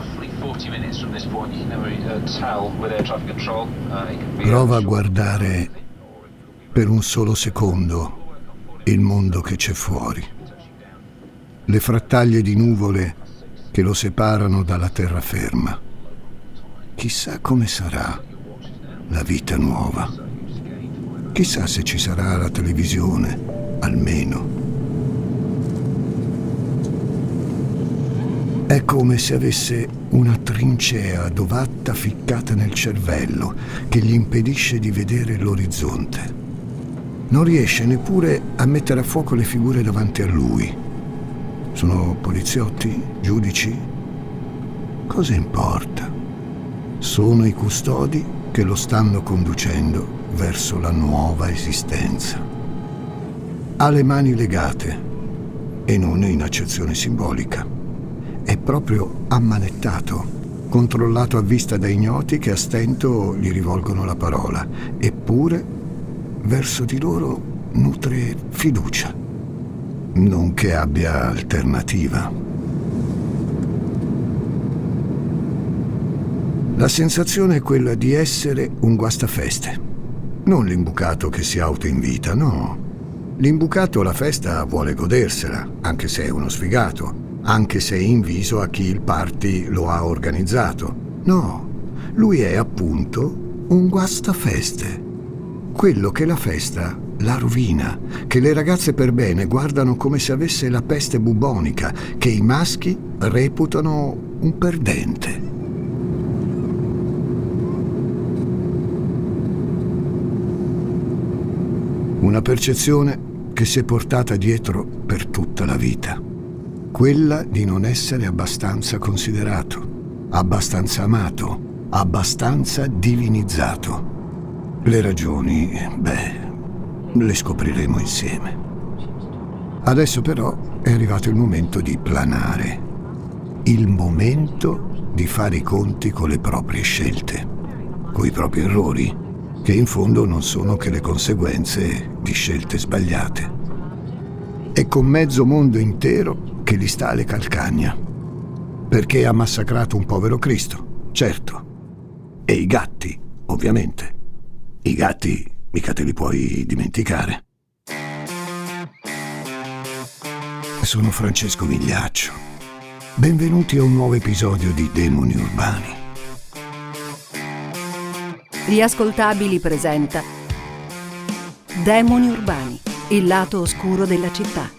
Prova a guardare per un solo secondo il mondo che c'è fuori. Le frattaglie di nuvole che lo separano dalla terraferma. Chissà come sarà la vita nuova. Chissà se ci sarà la televisione, almeno. È come se avesse una trincea dovatta ficcata nel cervello che gli impedisce di vedere l'orizzonte. Non riesce neppure a mettere a fuoco le figure davanti a lui. Sono poliziotti? Giudici? Cosa importa? Sono i custodi che lo stanno conducendo verso la nuova esistenza. Ha le mani legate, e non in accezione simbolica. È proprio ammanettato, controllato a vista da ignoti che a stento gli rivolgono la parola, eppure verso di loro nutre fiducia. Non che abbia alternativa. La sensazione è quella di essere un guastafeste. Non l'imbucato che si autoinvita, no. L'imbucato la festa vuole godersela, anche se è uno sfigato, anche se è inviso a chi il party lo ha organizzato. No, lui è appunto un guastafeste. Quello che la festa la rovina, che le ragazze per bene guardano come se avesse la peste bubonica, che i maschi reputano un perdente. Una percezione che si è portata dietro per tutta la vita. Quella di non essere abbastanza considerato, abbastanza amato, abbastanza divinizzato. Le ragioni, le scopriremo insieme. Adesso però è arrivato il momento di planare, il momento di fare i conti con le proprie scelte, con i propri errori, che in fondo non sono che le conseguenze di scelte sbagliate. E con mezzo mondo intero che gli sta alle calcagna, perché ha massacrato un povero Cristo, certo, e i gatti, ovviamente. I gatti mica te li puoi dimenticare. Sono Francesco Migliaccio. Benvenuti a un nuovo episodio di Demoni Urbani. Riascoltabili presenta Demoni Urbani, il lato oscuro della città.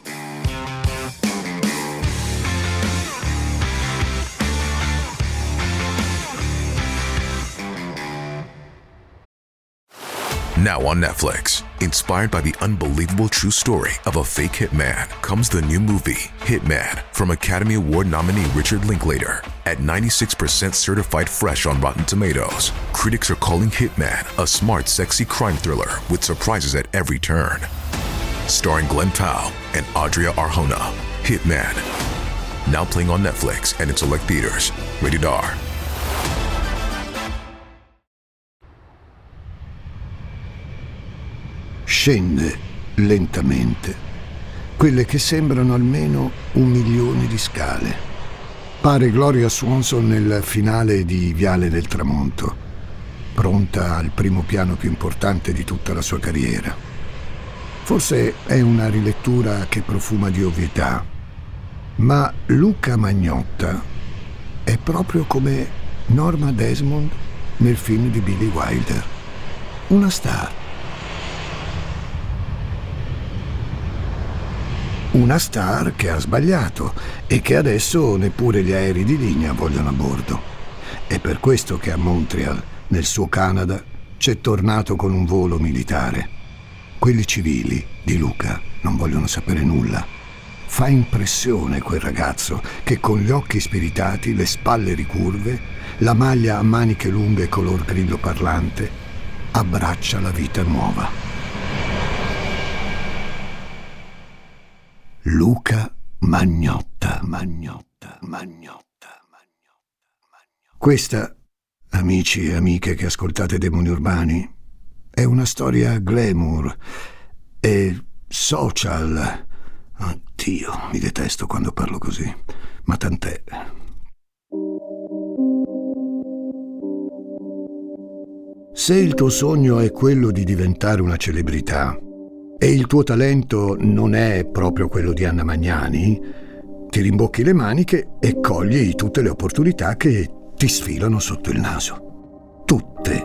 Now on Netflix, inspired by the unbelievable true story of a fake hitman, comes the new movie, Hitman, from Academy Award nominee Richard Linklater. At 96% certified fresh on Rotten Tomatoes, critics are calling Hitman a smart, sexy crime thriller with surprises at every turn. Starring Glenn Powell and Adria Arjona, Hitman. Now playing on Netflix and in select theaters. Rated R. Scende lentamente quelle che sembrano almeno 1 milione di scale. Pare Gloria Swanson nel finale di Viale del Tramonto, pronta al primo piano più importante di tutta la sua carriera. Forse è una rilettura che profuma di ovvietà, ma Luca Magnotta è proprio come Norma Desmond nel film di Billy Wilder. Una star. Una star che ha sbagliato e che adesso neppure gli aerei di linea vogliono a bordo. È per questo che a Montreal, nel suo Canada, c'è tornato con un volo militare. Quelli civili di Luca non vogliono sapere nulla. Fa impressione quel ragazzo che con gli occhi spiritati, le spalle ricurve, la maglia a maniche lunghe color grillo parlante, abbraccia la vita nuova. Luca Magnotta. Questa, amici e amiche che ascoltate Demoni Urbani, è una storia glamour e social. Oddio, mi detesto quando parlo così, ma tant'è. Se il tuo sogno è quello di diventare una celebrità e il tuo talento non è proprio quello di Anna Magnani, ti rimbocchi le maniche e cogli tutte le opportunità che ti sfilano sotto il naso. Tutte.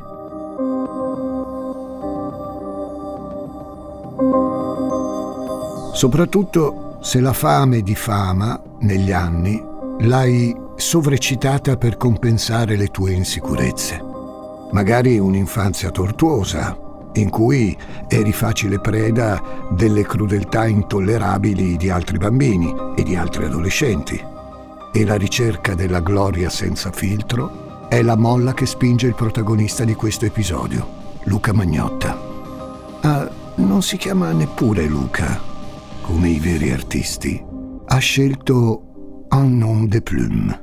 Soprattutto se la fame di fama, negli anni, l'hai sovrecitata per compensare le tue insicurezze. Magari un'infanzia tortuosa, in cui eri facile preda delle crudeltà intollerabili di altri bambini e di altri adolescenti. E la ricerca della gloria senza filtro è la molla che spinge il protagonista di questo episodio, Luca Magnotta. Ah, non si chiama neppure Luca, come i veri artisti. Ha scelto un nom de plume.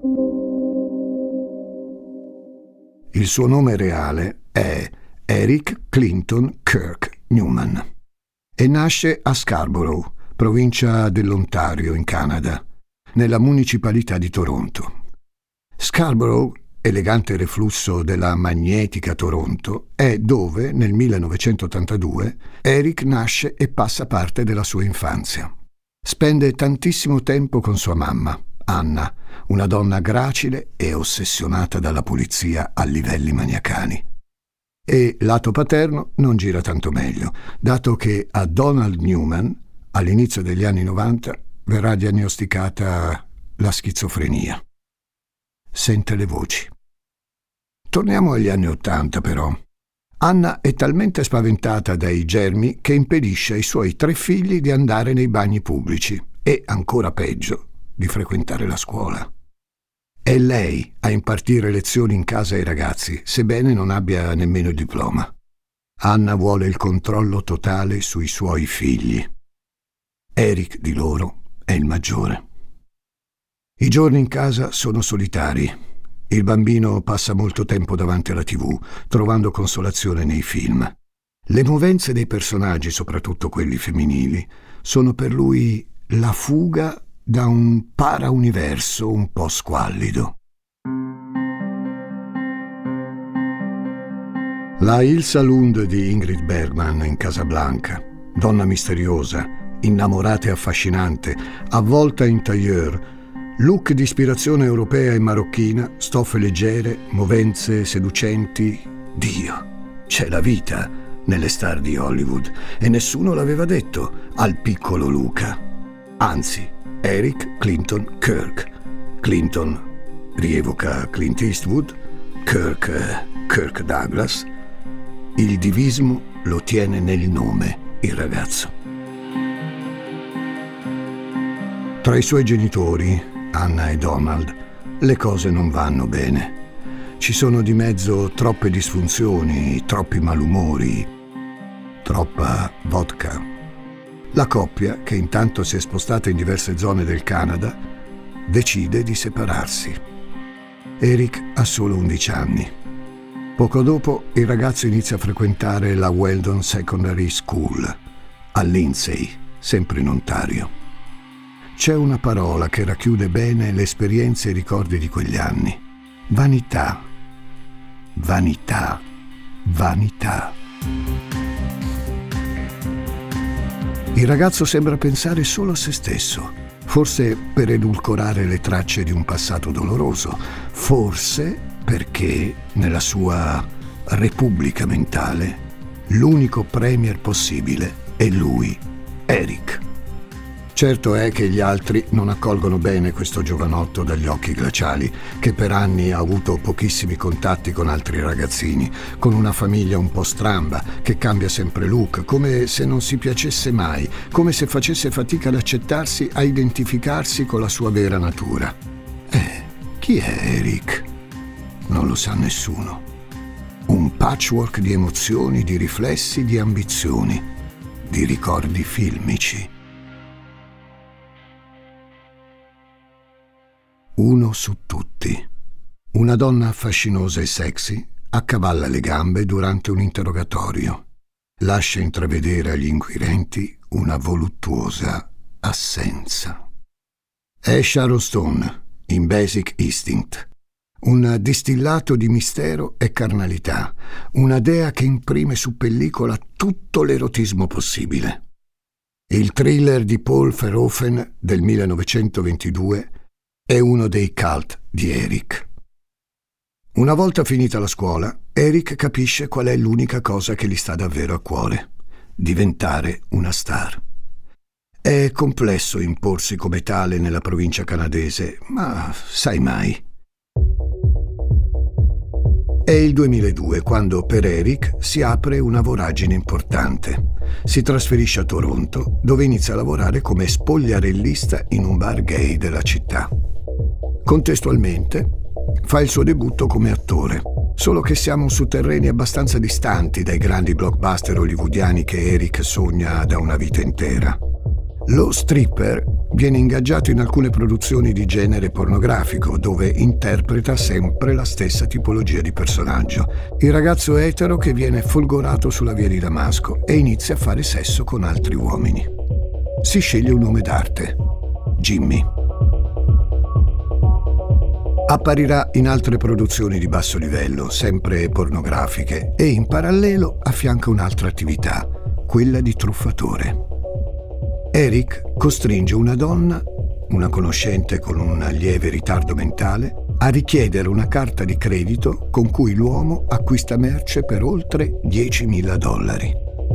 Il suo nome reale è Eric Clinton Kirk Newman e nasce a Scarborough, provincia dell'Ontario, in Canada, nella municipalità di Toronto. Scarborough, elegante reflusso della magnetica Toronto, è dove, nel 1982, Eric nasce e passa parte della sua infanzia. Spende tantissimo tempo con sua mamma, Anna, una donna gracile e ossessionata dalla pulizia a livelli maniacali. E lato paterno non gira tanto meglio, dato che a Donald Newman, all'inizio degli anni 90, verrà diagnosticata la schizofrenia. Sente le voci. Torniamo agli anni 80 però. Anna è talmente spaventata dai germi che impedisce ai suoi 3 figli di andare nei bagni pubblici e, ancora peggio, di frequentare la scuola. È lei a impartire lezioni in casa ai ragazzi, sebbene non abbia nemmeno il diploma. Anna vuole il controllo totale sui suoi figli. Eric di loro è il maggiore. I giorni in casa sono solitari. Il bambino passa molto tempo davanti alla TV, trovando consolazione nei film. Le movenze dei personaggi, soprattutto quelli femminili, sono per lui la fuga da un parauniverso un po' squallido. La Il Saloon di Ingrid Bergman in Casablanca, donna misteriosa, innamorata e affascinante, avvolta in tailleur, look di ispirazione europea e marocchina, stoffe leggere, movenze seducenti. Dio, c'è la vita nelle star di Hollywood e nessuno l'aveva detto al piccolo Luca. Anzi, Eric Clinton Kirk. Clinton rievoca Clint Eastwood, Kirk Douglas. Il divismo lo tiene nel nome, il ragazzo. Tra i suoi genitori, Anna e Donald, le cose non vanno bene. Ci sono di mezzo troppe disfunzioni, troppi malumori, troppa vodka. La coppia, che intanto si è spostata in diverse zone del Canada, decide di separarsi. Eric ha solo 11 anni. Poco dopo il ragazzo inizia a frequentare la Weldon Secondary School, a Lindsay, sempre in Ontario. C'è una parola che racchiude bene le esperienze e i ricordi di quegli anni. Vanità. Vanità. Vanità. Il ragazzo sembra pensare solo a se stesso, forse per edulcorare le tracce di un passato doloroso, forse perché nella sua repubblica mentale l'unico premier possibile è lui, Eric. Certo è che gli altri non accolgono bene questo giovanotto dagli occhi glaciali, che per anni ha avuto pochissimi contatti con altri ragazzini, con una famiglia un po' stramba, che cambia sempre look, come se non si piacesse mai, come se facesse fatica ad accettarsi, a identificarsi con la sua vera natura. Chi è Eric? Non lo sa nessuno. Un patchwork di emozioni, di riflessi, di ambizioni, di ricordi filmici. Uno su tutti. Una donna fascinosa e sexy accavalla le gambe durante un interrogatorio. Lascia intravedere agli inquirenti una voluttuosa assenza. È Sharon Stone in Basic Instinct. un distillato di mistero e carnalità, una dea che imprime su pellicola tutto l'erotismo possibile. Il thriller di Paul Verhoeven del 1922 è uno dei cult di Eric. Una volta finita la scuola, Eric capisce qual è l'unica cosa che gli sta davvero a cuore: diventare una star. È complesso imporsi come tale nella provincia canadese, ma sai mai. È il 2002 quando per Eric si apre una voragine importante. Si trasferisce a Toronto, dove inizia a lavorare come spogliarellista in un bar gay della città. Contestualmente fa il suo debutto come attore, solo che siamo su terreni abbastanza distanti dai grandi blockbuster hollywoodiani che Eric sogna da una vita intera. Lo stripper viene ingaggiato in alcune produzioni di genere pornografico, dove interpreta sempre la stessa tipologia di personaggio: il ragazzo etero che viene folgorato sulla via di Damasco e inizia a fare sesso con altri uomini. Si sceglie un nome d'arte: Jimmy. Apparirà in altre produzioni di basso livello, sempre pornografiche, e in parallelo affianca un'altra attività, quella di truffatore. Eric costringe una donna, una conoscente con un lieve ritardo mentale, a richiedere una carta di credito con cui l'uomo acquista merce per oltre $10.000.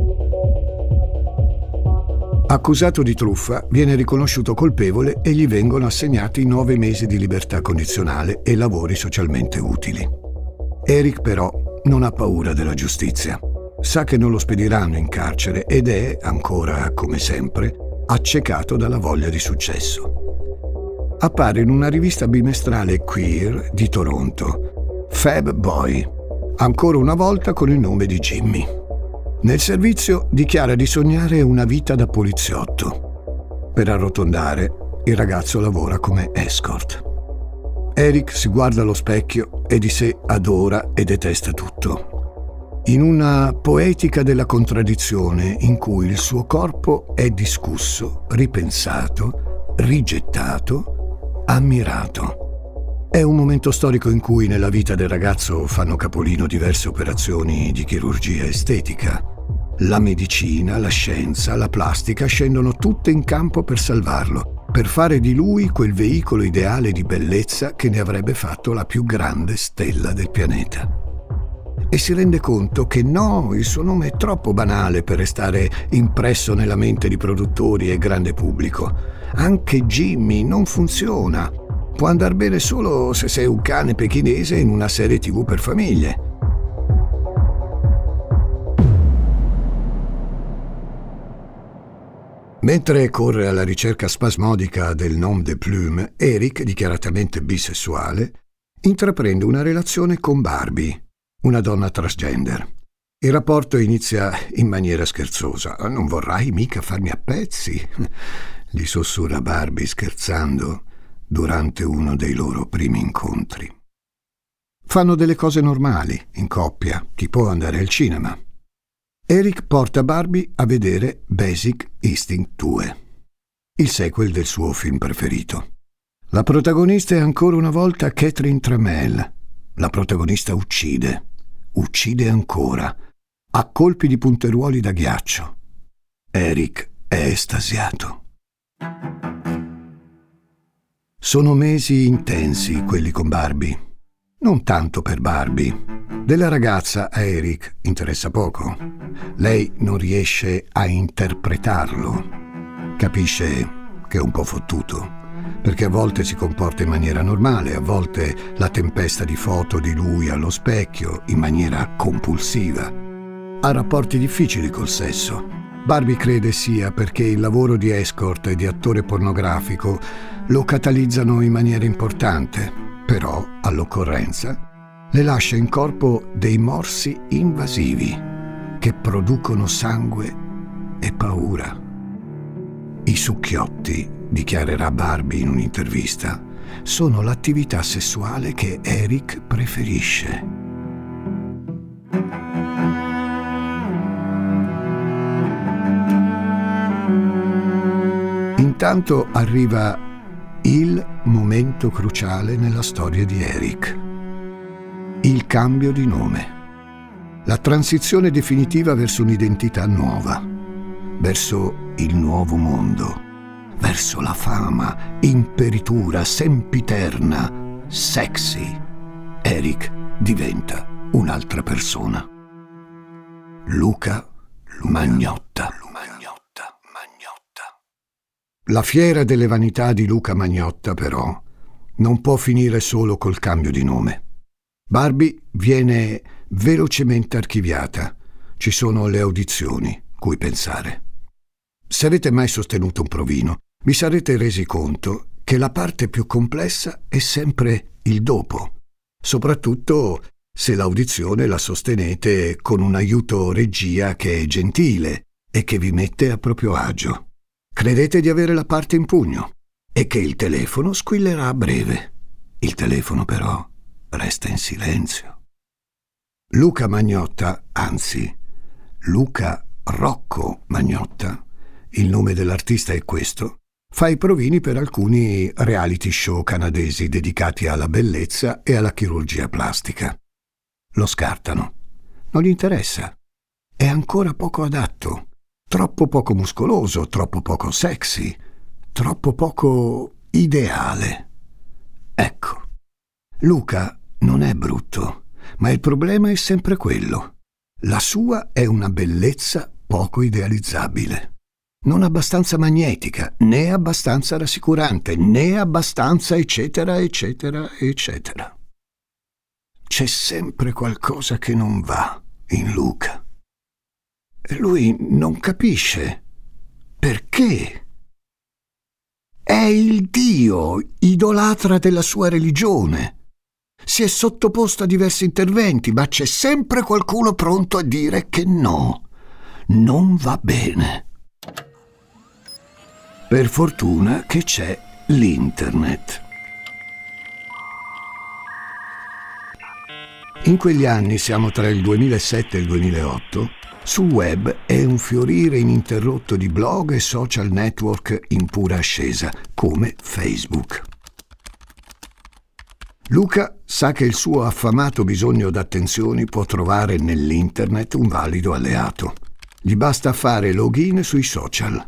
Accusato di truffa, viene riconosciuto colpevole e gli vengono assegnati 9 mesi di libertà condizionale e lavori socialmente utili. Eric però non ha paura della giustizia. Sa che non lo spediranno in carcere ed è, ancora come sempre, accecato dalla voglia di successo. Appare in una rivista bimestrale queer di Toronto, Fab Boy, ancora una volta con il nome di Jimmy. Nel servizio dichiara di sognare una vita da poliziotto. Per arrotondare, il ragazzo lavora come escort. Eric si guarda allo specchio e di sé adora e detesta tutto. In una poetica della contraddizione in cui il suo corpo è discusso, ripensato, rigettato, ammirato. È un momento storico in cui nella vita del ragazzo fanno capolino diverse operazioni di chirurgia estetica. La medicina, la scienza, la plastica scendono tutte in campo per salvarlo, per fare di lui quel veicolo ideale di bellezza che ne avrebbe fatto la più grande stella del pianeta. E si rende conto che no, il suo nome è troppo banale per restare impresso nella mente di produttori e grande pubblico. Anche Jimmy non funziona. Può andar bene solo se sei un cane pechinese in una serie TV per famiglie. Mentre corre alla ricerca spasmodica del nom de plume, Eric, dichiaratamente bisessuale, intraprende una relazione con Barbie, una donna transgender. Il rapporto inizia in maniera scherzosa. «Non vorrai mica farmi a pezzi?» gli sussurra Barbie scherzando durante uno dei loro primi incontri. Fanno delle cose normali, in coppia, tipo andare al cinema. Eric porta Barbie a vedere Basic Instinct 2, il sequel del suo film preferito. La protagonista è ancora una volta Catherine Tramell. La protagonista uccide ancora, a colpi di punteruoli da ghiaccio. Eric è estasiato. Sono mesi intensi quelli con Barbie. Non tanto per Barbie. Della ragazza a Eric interessa poco. Lei non riesce a interpretarlo. Capisce che è un po' fottuto, perché a volte si comporta in maniera normale, a volte la tempesta di foto di lui allo specchio in maniera compulsiva. Ha rapporti difficili col sesso. Barbie crede sia perché il lavoro di escort e di attore pornografico lo catalizzano in maniera importante, però, all'occorrenza, le lascia in corpo dei morsi invasivi che producono sangue e paura. I succhiotti, dichiarerà Barbie in un'intervista, sono l'attività sessuale che Eric preferisce. Intanto arriva il momento cruciale nella storia di Eric. il cambio di nome. La transizione definitiva verso un'identità nuova, verso il nuovo mondo, verso la fama, imperitura, sempiterna, sexy. Eric diventa un'altra persona. Luca Magnotta. La fiera delle vanità di Luca Magnotta, però, non può finire solo col cambio di nome. Barbie viene velocemente archiviata. Ci sono le audizioni cui pensare. Se avete mai sostenuto un provino, vi sarete resi conto che la parte più complessa è sempre il dopo, soprattutto se l'audizione la sostenete con un aiuto regia che è gentile e che vi mette a proprio agio. Credete di avere la parte in pugno e che il telefono squillerà a breve. Il telefono però resta in silenzio. Luca Magnotta, anzi, Luca Rocco Magnotta, il nome dell'artista è questo, fa i provini per alcuni reality show canadesi dedicati alla bellezza e alla chirurgia plastica. Lo scartano. Non gli interessa. È ancora poco adatto. Troppo poco muscoloso, troppo poco sexy, troppo poco ideale. Ecco, Luca non è brutto, ma il problema è sempre quello. La sua è una bellezza poco idealizzabile. Non abbastanza magnetica, né abbastanza rassicurante, né abbastanza eccetera, eccetera, eccetera. C'è sempre qualcosa che non va in Luca. E lui non capisce perché. È il dio, idolatra della sua religione. Si è sottoposto a diversi interventi, ma c'è sempre qualcuno pronto a dire che no, non va bene. Per fortuna che c'è l'internet. In quegli anni, siamo tra il 2007 e il 2008, sul web è un fiorire ininterrotto di blog e social network in pura ascesa, come Facebook. Luca sa che il suo affamato bisogno d'attenzioni può trovare nell'internet un valido alleato. Gli basta fare login sui social.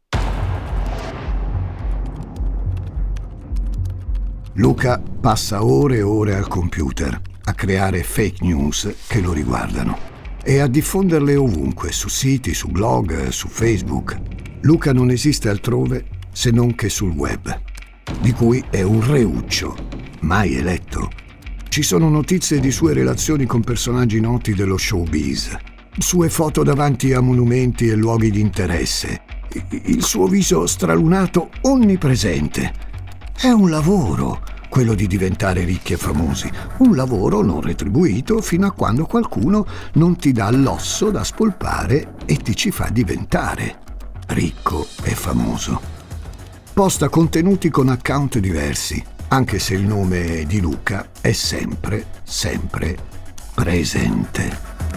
Luca passa ore e ore al computer a creare fake news che lo riguardano e a diffonderle ovunque, su siti, su blog, su Facebook. Luca non esiste altrove se non che sul web, di cui è un reuccio, mai eletto. Ci sono notizie di sue relazioni con personaggi noti dello showbiz, sue foto davanti a monumenti e luoghi di interesse, il suo viso stralunato onnipresente. È un lavoro, quello di diventare ricchi e famosi, un lavoro non retribuito fino a quando qualcuno non ti dà l'osso da spolpare e ti ci fa diventare ricco e famoso. Posta contenuti con account diversi, anche se il nome di Luca è sempre presente.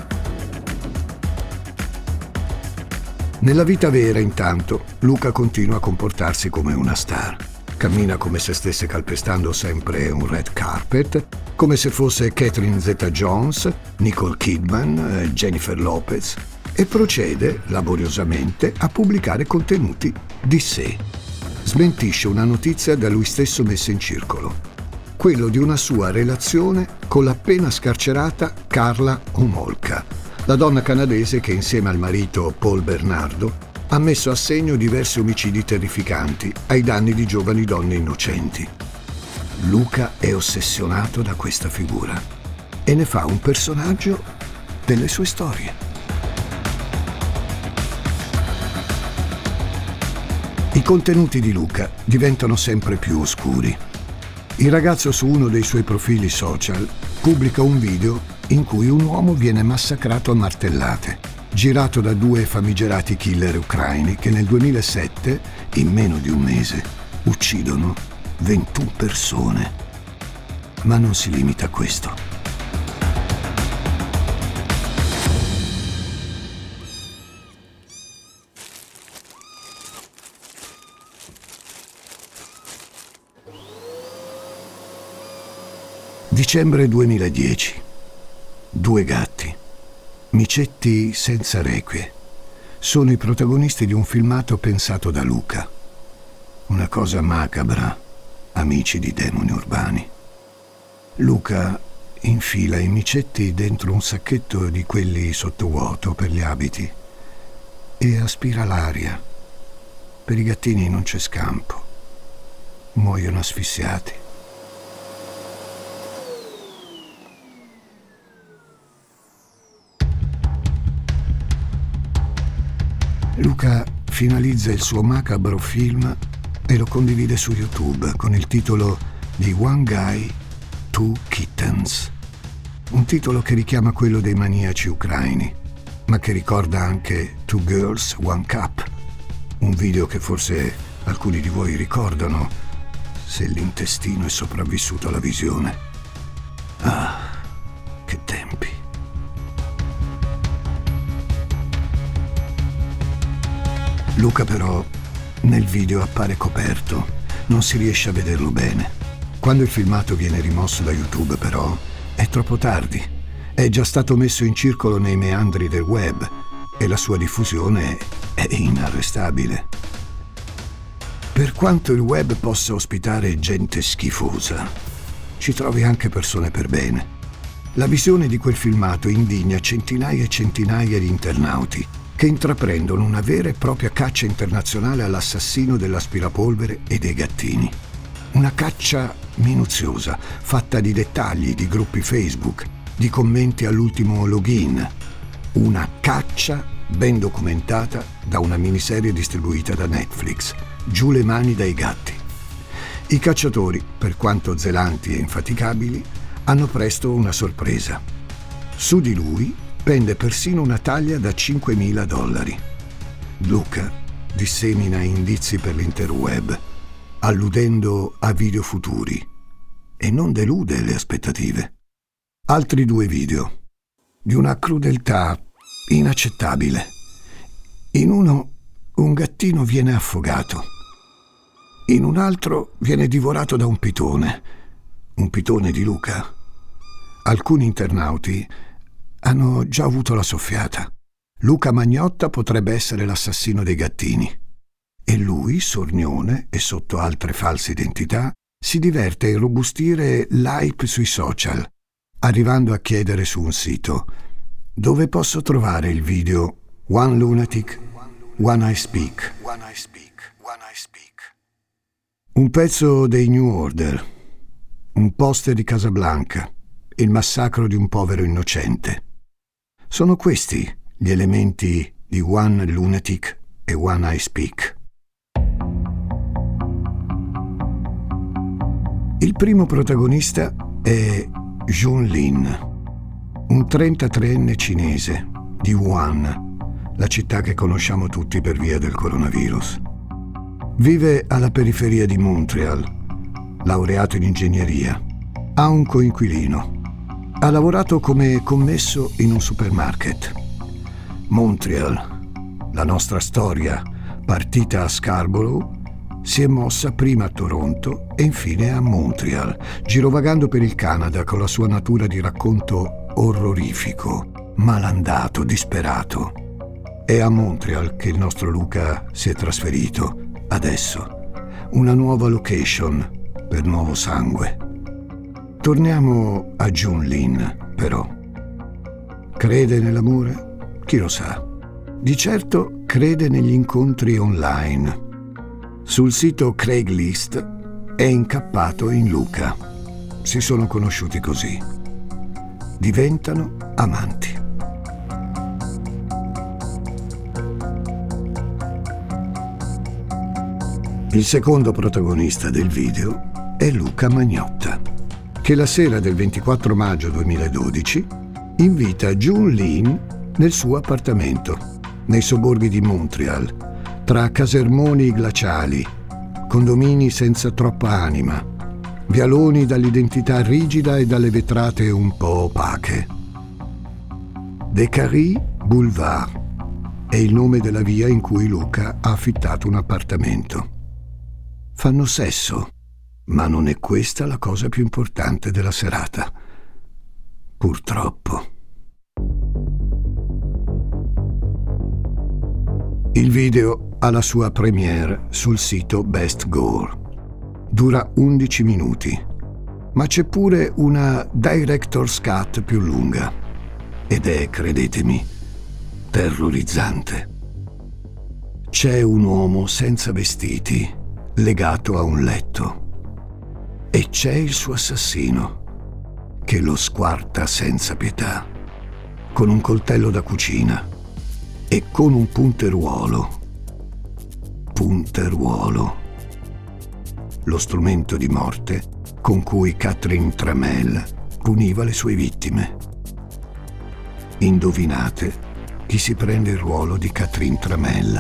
Nella vita vera, intanto, Luca continua a comportarsi come una star. Cammina come se stesse calpestando sempre un red carpet, come se fosse Catherine Zeta-Jones, Nicole Kidman, Jennifer Lopez, e procede laboriosamente a pubblicare contenuti di sé. Smentisce una notizia da lui stesso messa in circolo, quello di una sua relazione con l'appena scarcerata Karla Homolka, la donna canadese che insieme al marito Paul Bernardo ha messo a segno diversi omicidi terrificanti ai danni di giovani donne innocenti. Luca è ossessionato da questa figura e ne fa un personaggio delle sue storie. I contenuti di Luca diventano sempre più oscuri. Il ragazzo su uno dei suoi profili social pubblica un video in cui un uomo viene massacrato a martellate, girato da 2 famigerati killer ucraini che nel 2007, in meno di un mese, uccidono 21 persone. Ma non si limita a questo. Dicembre 2010. Due gatti, micetti senza requie, sono i protagonisti di un filmato pensato da Luca. Una cosa macabra, amici di Demoni Urbani. Luca infila i micetti dentro un sacchetto di quelli sottovuoto per gli abiti e aspira l'aria. Per i gattini non c'è scampo. Muoiono asfissiati. Luca finalizza il suo macabro film e lo condivide su YouTube con il titolo di One Guy, Two Kittens. Un titolo che richiama quello dei maniaci ucraini, ma che ricorda anche Two Girls, One Cup, un video che forse alcuni di voi ricordano, se l'intestino è sopravvissuto alla visione. Ah, che tempi. Luca però nel video appare coperto, non si riesce a vederlo bene. Quando il filmato viene rimosso da YouTube però è troppo tardi, è già stato messo in circolo nei meandri del web e la sua diffusione è inarrestabile. Per quanto il web possa ospitare gente schifosa, ci trovi anche persone per bene. La visione di quel filmato indigna centinaia e centinaia di internauti che intraprendono una vera e propria caccia internazionale all'assassino dell'aspirapolvere e dei gattini. Una caccia minuziosa, fatta di dettagli, di gruppi Facebook, di commenti all'ultimo login. Una caccia ben documentata da una miniserie distribuita da Netflix, Giù le mani dai gatti. I cacciatori, per quanto zelanti e infaticabili, hanno presto una sorpresa. Su di lui pende persino una taglia da $5.000. Luca dissemina indizi per l'intero web, alludendo a video futuri, e non delude le aspettative. Altri 2 video, di una crudeltà inaccettabile. In uno, un gattino viene affogato. In un altro viene divorato da un pitone di Luca. Alcuni internauti hanno già avuto la soffiata. Luca Magnotta potrebbe essere l'assassino dei gattini. E lui, sornione e sotto altre false identità, si diverte a irrobustire l'hype sui social, arrivando a chiedere su un sito: dove posso trovare il video One Lunatic, One I Speak? Un pezzo dei New Order, un poster di Casablanca, il massacro di un povero innocente. Sono questi gli elementi di One Lunatic e One I Speak. Il primo protagonista è Jun Lin, un 33enne cinese di Wuhan, la città che conosciamo tutti per via del coronavirus. Vive alla periferia di Montreal, laureato in ingegneria, ha un coinquilino. Ha lavorato come commesso in un supermarket. Montreal, la nostra storia, partita a Scarborough, si è mossa prima a Toronto e infine a Montreal, girovagando per il Canada con la sua natura di racconto orrorifico, malandato, disperato. È a Montreal che il nostro Luca si è trasferito, adesso. Una nuova location per nuovo sangue. Torniamo a Jun Lin, però. Crede nell'amore? Chi lo sa. Di certo crede negli incontri online. Sul sito Craigslist è incappato in Luca. Si sono conosciuti così. Diventano amanti. Il secondo protagonista del video è Luca Magnotta, che la sera del 24 maggio 2012 invita Jun Lin nel suo appartamento, nei sobborghi di Montreal, tra casermoni glaciali, condomini senza troppa anima, vialoni dall'identità rigida e dalle vetrate un po' opache. Descaries Boulevard è il nome della via in cui Luca ha affittato un appartamento. Fanno sesso, ma non è questa la cosa più importante della serata. Purtroppo. Il video ha la sua premiere sul sito Best Gore. Dura 11 minuti, ma c'è pure una director's cut più lunga ed è, credetemi, terrorizzante. C'è un uomo senza vestiti legato a un letto e c'è il suo assassino che lo squarta senza pietà con un coltello da cucina e con un punteruolo, lo strumento di morte con cui Catherine Tramell puniva le sue vittime. Indovinate chi si prende il ruolo di Catherine Tramell?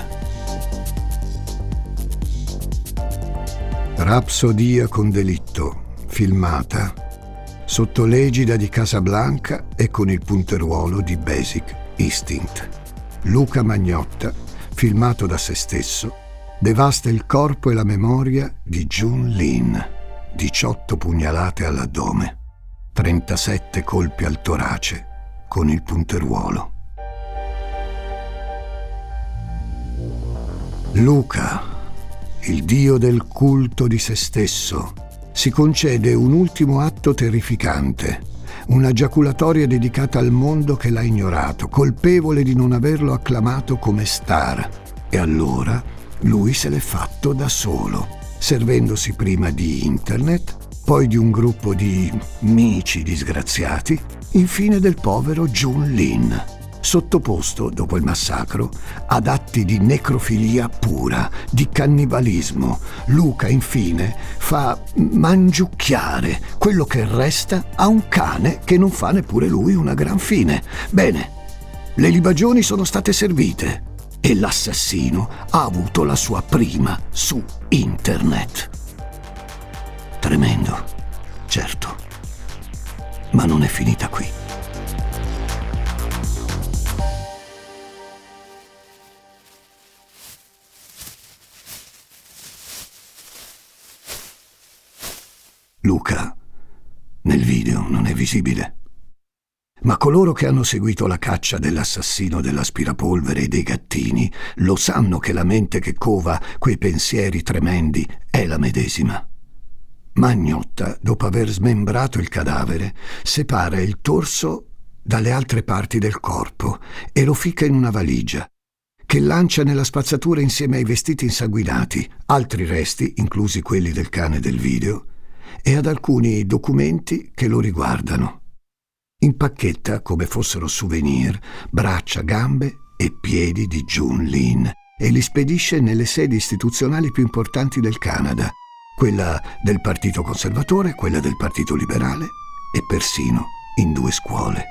Rapsodia con delitto, filmata sotto l'egida di Casablanca e con il punteruolo di Basic Instinct. Luca Magnotta, filmato da se stesso, devasta il corpo e la memoria di Jun Lin, 18 pugnalate all'addome, 37 colpi al torace con il punteruolo. Luca, il dio del culto di se stesso, si concede un ultimo atto terrificante, una giaculatoria dedicata al mondo che l'ha ignorato, colpevole di non averlo acclamato come star. E allora lui se l'è fatto da solo, servendosi prima di internet, poi di un gruppo di mici disgraziati, infine del povero Jun Lin, sottoposto, dopo il massacro, ad atti di necrofilia pura, di cannibalismo. Luca, infine, fa mangiucchiare quello che resta a un cane che non fa neppure lui una gran fine. Bene, le libagioni sono state servite e l'assassino ha avuto la sua prima su internet. Tremendo, certo, ma non è finita qui. Luca, nel video, non è visibile. Ma coloro che hanno seguito la caccia dell'assassino dell'aspirapolvere e dei gattini lo sanno che la mente che cova quei pensieri tremendi è la medesima. Magnotta, dopo aver smembrato il cadavere, separa il torso dalle altre parti del corpo e lo ficca in una valigia, che lancia nella spazzatura insieme ai vestiti insanguinati, altri resti, inclusi quelli del cane del video, e ad alcuni documenti che lo riguardano. Impacchetta, come fossero souvenir, braccia, gambe e piedi di Jun Lin e li spedisce nelle sedi istituzionali più importanti del Canada, quella del Partito Conservatore, quella del Partito Liberale e persino in 2 scuole.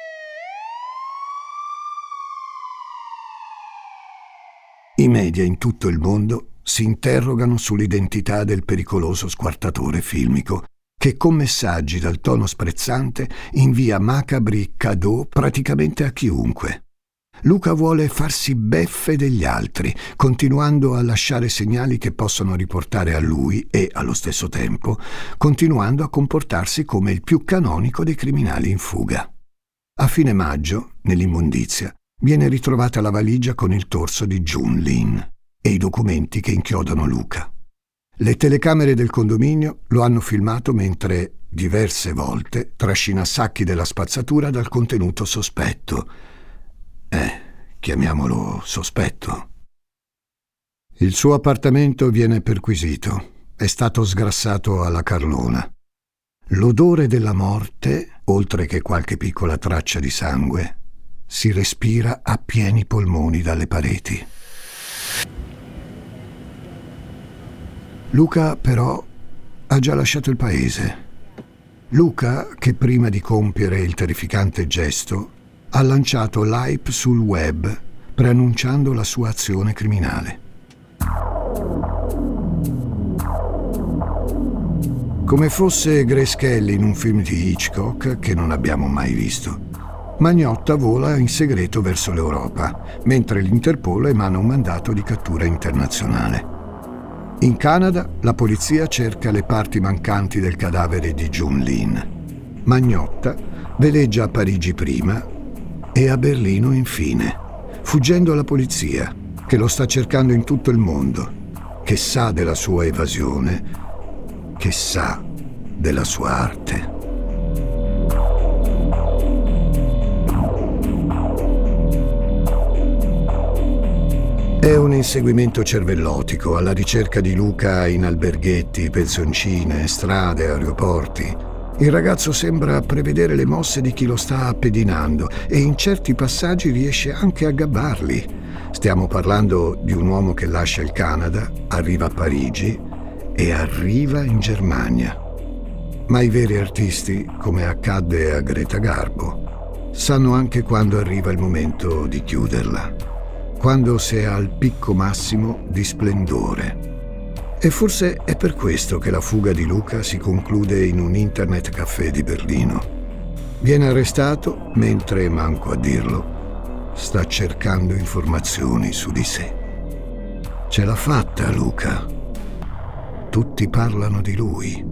I media in tutto il mondo si interrogano sull'identità del pericoloso squartatore filmico che con messaggi dal tono sprezzante invia macabri cadeau praticamente a chiunque. Luca vuole farsi beffe degli altri, continuando a lasciare segnali che possono riportare a lui e, allo stesso tempo, continuando a comportarsi come il più canonico dei criminali in fuga. A fine maggio, nell'immondizia, viene ritrovata la valigia con il torso di Jun Lin e i documenti che inchiodano Luca. Le telecamere del condominio lo hanno filmato mentre, diverse volte, trascina sacchi della spazzatura dal contenuto sospetto. Chiamiamolo sospetto. Il suo appartamento viene perquisito. È stato sgrassato alla carlona. L'odore della morte, oltre che qualche piccola traccia di sangue, si respira a pieni polmoni dalle pareti. Luca, però, ha già lasciato il paese. Luca, che prima di compiere il terrificante gesto, ha lanciato l'hype sul web, preannunciando la sua azione criminale. Come fosse Grace Kelly in un film di Hitchcock che non abbiamo mai visto, Magnotta vola in segreto verso l'Europa, mentre l'Interpol emana un mandato di cattura internazionale. In Canada, la polizia cerca le parti mancanti del cadavere di Jun Lin. Magnotta veleggia a Parigi prima e a Berlino infine, fuggendo alla polizia che lo sta cercando in tutto il mondo, che sa della sua evasione, che sa della sua arte. È un inseguimento cervellotico alla ricerca di Luca in alberghetti, pensioncine, strade, aeroporti. Il ragazzo sembra prevedere le mosse di chi lo sta appedinando e in certi passaggi riesce anche a gabbarli. Stiamo parlando di un uomo che lascia il Canada, arriva a Parigi e arriva in Germania. Ma i veri artisti, come accadde a Greta Garbo, sanno anche quando arriva il momento di chiuderla, quando si è al picco massimo di splendore. E forse è per questo che la fuga di Luca si conclude in un internet caffè di Berlino. Viene arrestato mentre, manco a dirlo, sta cercando informazioni su di sé. Ce l'ha fatta Luca. Tutti parlano di lui.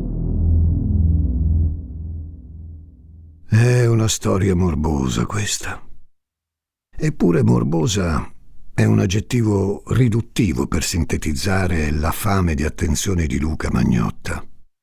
È una storia morbosa questa. Eppure morbosa è un aggettivo riduttivo per sintetizzare la fame di attenzione di Luca Magnotta.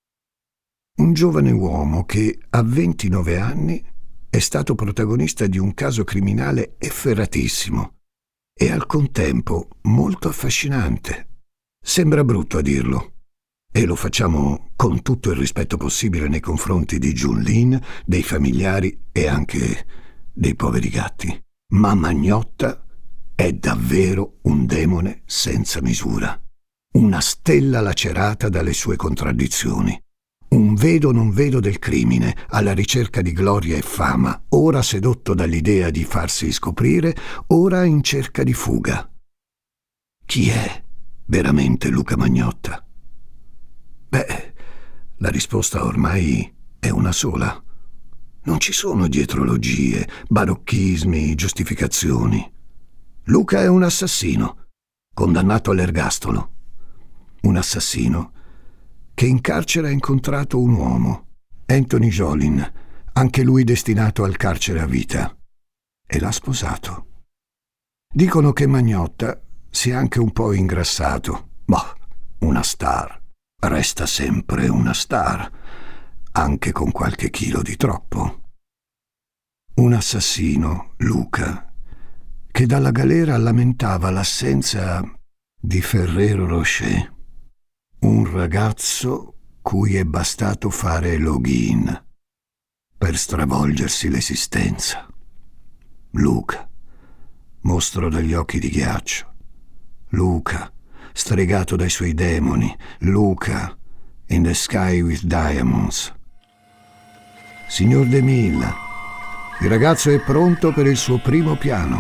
Un giovane uomo che a 29 anni è stato protagonista di un caso criminale efferatissimo e al contempo molto affascinante. Sembra brutto a dirlo, e lo facciamo con tutto il rispetto possibile nei confronti di Junlin, dei familiari e anche dei poveri gatti. Ma Magnotta è davvero un demone senza misura, una stella lacerata dalle sue contraddizioni, un vedo non vedo del crimine, alla ricerca di gloria e fama, ora sedotto dall'idea di farsi scoprire, ora in cerca di fuga. Chi è veramente Luca Magnotta? Beh, la risposta ormai è una sola. Non ci sono dietrologie, barocchismi, giustificazioni. Luca è un assassino, condannato all'ergastolo. Un assassino che in carcere ha incontrato un uomo, Anthony Jolin, anche lui destinato al carcere a vita, e l'ha sposato. Dicono che Magnotta sia anche un po' ingrassato. Boh, una star resta sempre una star, anche con qualche chilo di troppo. Un assassino, Luca, che dalla galera lamentava l'assenza di Ferrero Rocher, un ragazzo cui è bastato fare login per stravolgersi l'esistenza. Luca, mostro dagli occhi di ghiaccio. Luca, stregato dai suoi demoni. Luca, in the sky with diamonds. Signor De Milla, il ragazzo è pronto per il suo primo piano.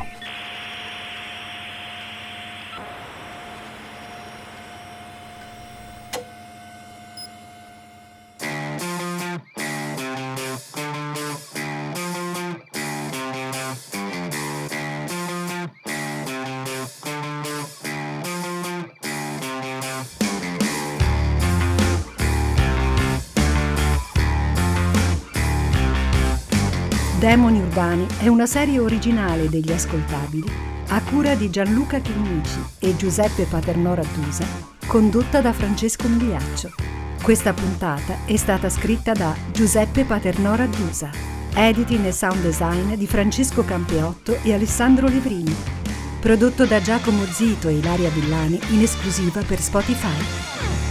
Demoni Urbani è una serie originale degli Ascoltabili a cura di Gianluca Chinnici e Giuseppe Paternò Rattusa, condotta da Francesco Migliaccio. Questa puntata è stata scritta da Giuseppe Paternò Rattusa, editing e sound design di Francesco Campeotto e Alessandro Levrini, prodotto da Giacomo Zito e Ilaria Villani in esclusiva per Spotify.